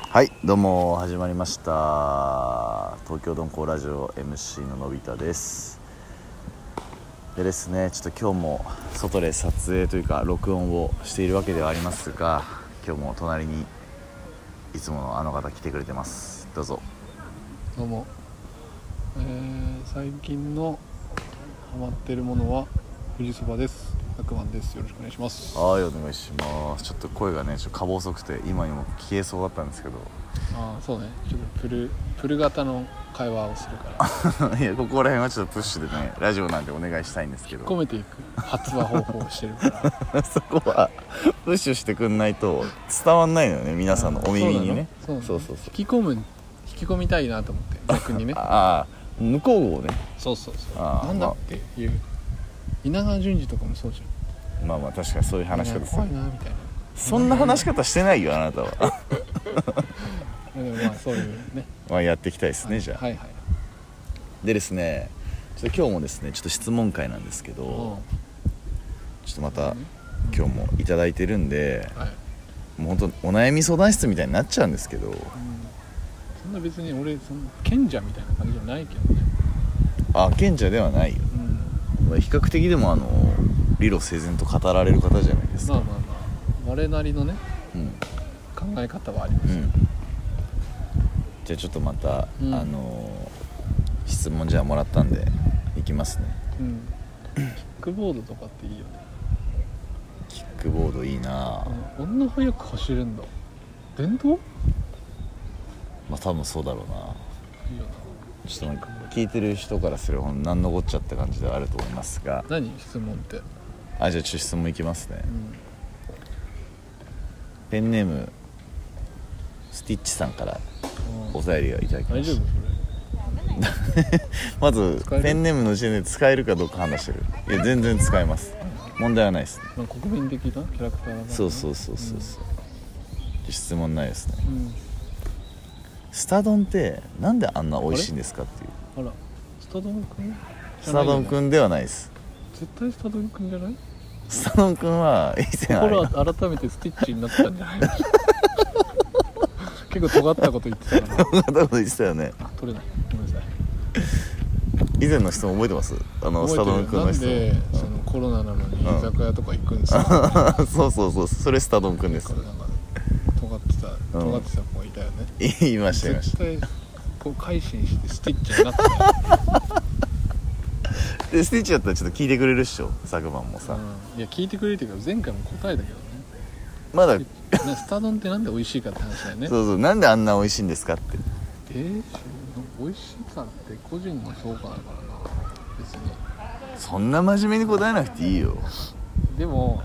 はい、どうも始まりました。東京鈍行ラジオ MC ののび太です。でですね、ちょっと今日も外で撮影というか録音をしているわけではありますが、今日も隣にいつものあの方来てくれてます。どうぞ。 どうも、最近のハマってるものは富士そばです。100万です。よろしくお願いします。 はい、お願いします。ちょっと声がね、ちょっとか細くて今にも消えそうだったんですけど。 そうね、ちょっとプル型の会話をするからいや、ここら辺はちょっとプッシュでね、ラジオなんでお願いしたいんですけど、 込めていく発話方法をしてるからそこはプッシュしてくんないと伝わんないのよね、皆さんのお耳にね。そう引き込みたいなと思って逆にね向こうをね。 そうなんだっていう、稲川淳二とかもそうじゃん。まあ確かにそういう話し方する。 怖いなみたいな。 そんな話し方してないよ、あなたは。 でもまあそういうねまあやっていきたいですね、じゃあ。 はい。 でですね、ちょっと今日もですね、ちょっと質問会なんですけど、ちょっとまた今日もいただいてるんで、もうほんとお悩み相談室みたいになっちゃうんですけど、 そんな別に俺その賢者みたいな感じじゃないけどね。 賢者ではないよ、比較的でも理路整然と語られる方じゃないですか。 まあ我なりのね、考え方はありますよ、 じゃあちょっとまた、質問じゃあもらったんでいきますね。 キックボードとかっていいよね。 キックボードいいな。 こんな速く走るんだ。電動？ まあ多分そうだろうな。 いいよな。 ちょっと聞いてる人からすれば何のこっちゃって感じではあると思いますが。 何質問って。 じゃあちょっと質問いきますね。ペンネームスティッチさんからお便りがいただきました。 大丈夫それまずペンネームの時点で使えるかどうか判断してる。いや全然使えます。問題はないです、ね。 国民的なキャラクターだな。 そう、質問ないですね。スタ丼ってなんであんな美味しいんですかっていう。 あら、スタ丼くん？ スタ丼くんではないです。 絶対スタ丼くんじゃない？ スタ丼くんは以前これは改めてスティッチになったんじゃないの？結構尖ったこと言ってたから。 尖ったこと言ってたよね。 取れない。ごめんなさい。 以前の質問覚えてます？スタ丼くんの質問。 なんでそのコロナなのに居酒屋とか行くんですか？ そうそれスタ丼くんです。 なんか尖ってた子がいたよね。 言いました。 絶対こう改心してスティッチになったよ。 でスティッチだったらちょっと聞いてくれるっしょ、昨晩もさ。 いや聞いてくれるっていうか前回も答えたけどね。 まだスタ丼ってなんで美味しいかって話だよね。 そうなんであんな美味しいんですかって。 美味しさって個人の評価だからな。別にそんな真面目に答えなくていいよ。 でも、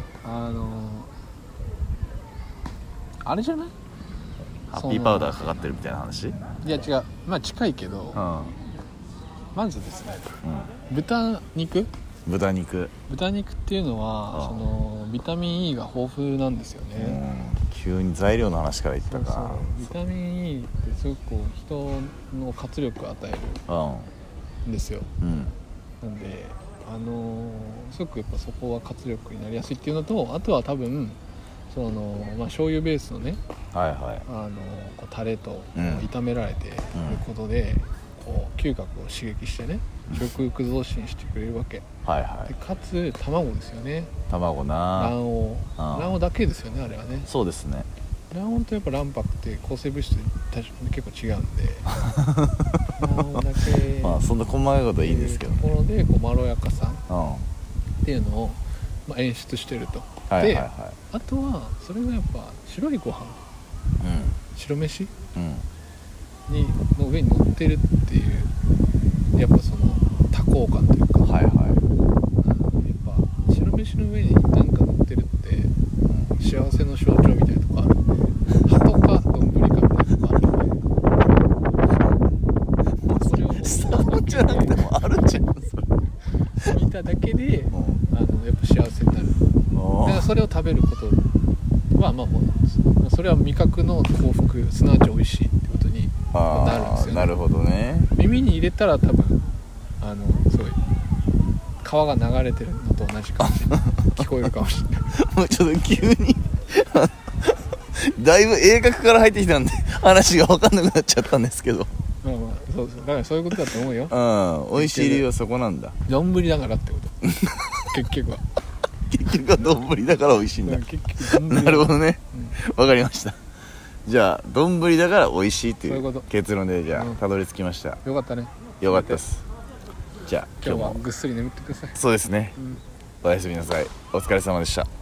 あれじゃない？ ハッピーパウダーかかってるみたいな話？いや違う、まあ近いけど、まずですね、豚肉っていうのはそのビタミン E が豊富なんですよね。 急に材料の話から言ったか。 そうビタミン E ってすごくこう人の活力を与えるんですよ。なんですごくやっぱそこは活力になりやすいっていうのと、あとは多分醤油ベースのね、こうタレと炒められていることで、こう嗅覚を刺激してね、食欲増進してくれるわけ。でかつ卵ですよね。 卵な。 卵黄だけですよね、あれはね。 そうですね。 卵黄とやっぱ卵白って抗生物質結構違うんで卵黄だけまあそんな細かいことはいいんですけど、 ところでこうまろやかさっていうのを演出してると。で、あとはそれがやっぱ白いご飯、白飯、の上に乗ってるっていう、やっぱその多幸感というか、やっぱ白飯の上に何か乗ってるって幸せの象徴みたいなとこある。鳩か丼かみたいなとこある。それをスタ丼じゃなくてもあるじゃん、それ見ただけでやっぱ幸せになる。だからそれを食べることはもうそれは味覚の幸福、すなわち美味しいってことになるんですよね。 なるほどね。 耳に入れたら多分すごい川が流れてるのと同じかもしれない。聞こえるかもしれない。 もうちょっと急にだいぶ鋭角から入ってきたんで話が分かんなくなっちゃったんですけどまあまあそうだからそういうことだと思うよ。 美味しい理由はそこなんだ。 丼だからってこと結局は丼だから美味しいんだ。 結局丼なるほどね、分かりました。じゃあ丼だから美味しいっていう結論でじゃあたどり着きました。 よかったね。 よかったです。じゃあ今日はぐっすり眠ってください。 そうですね、おやすみなさい。お疲れ様でした。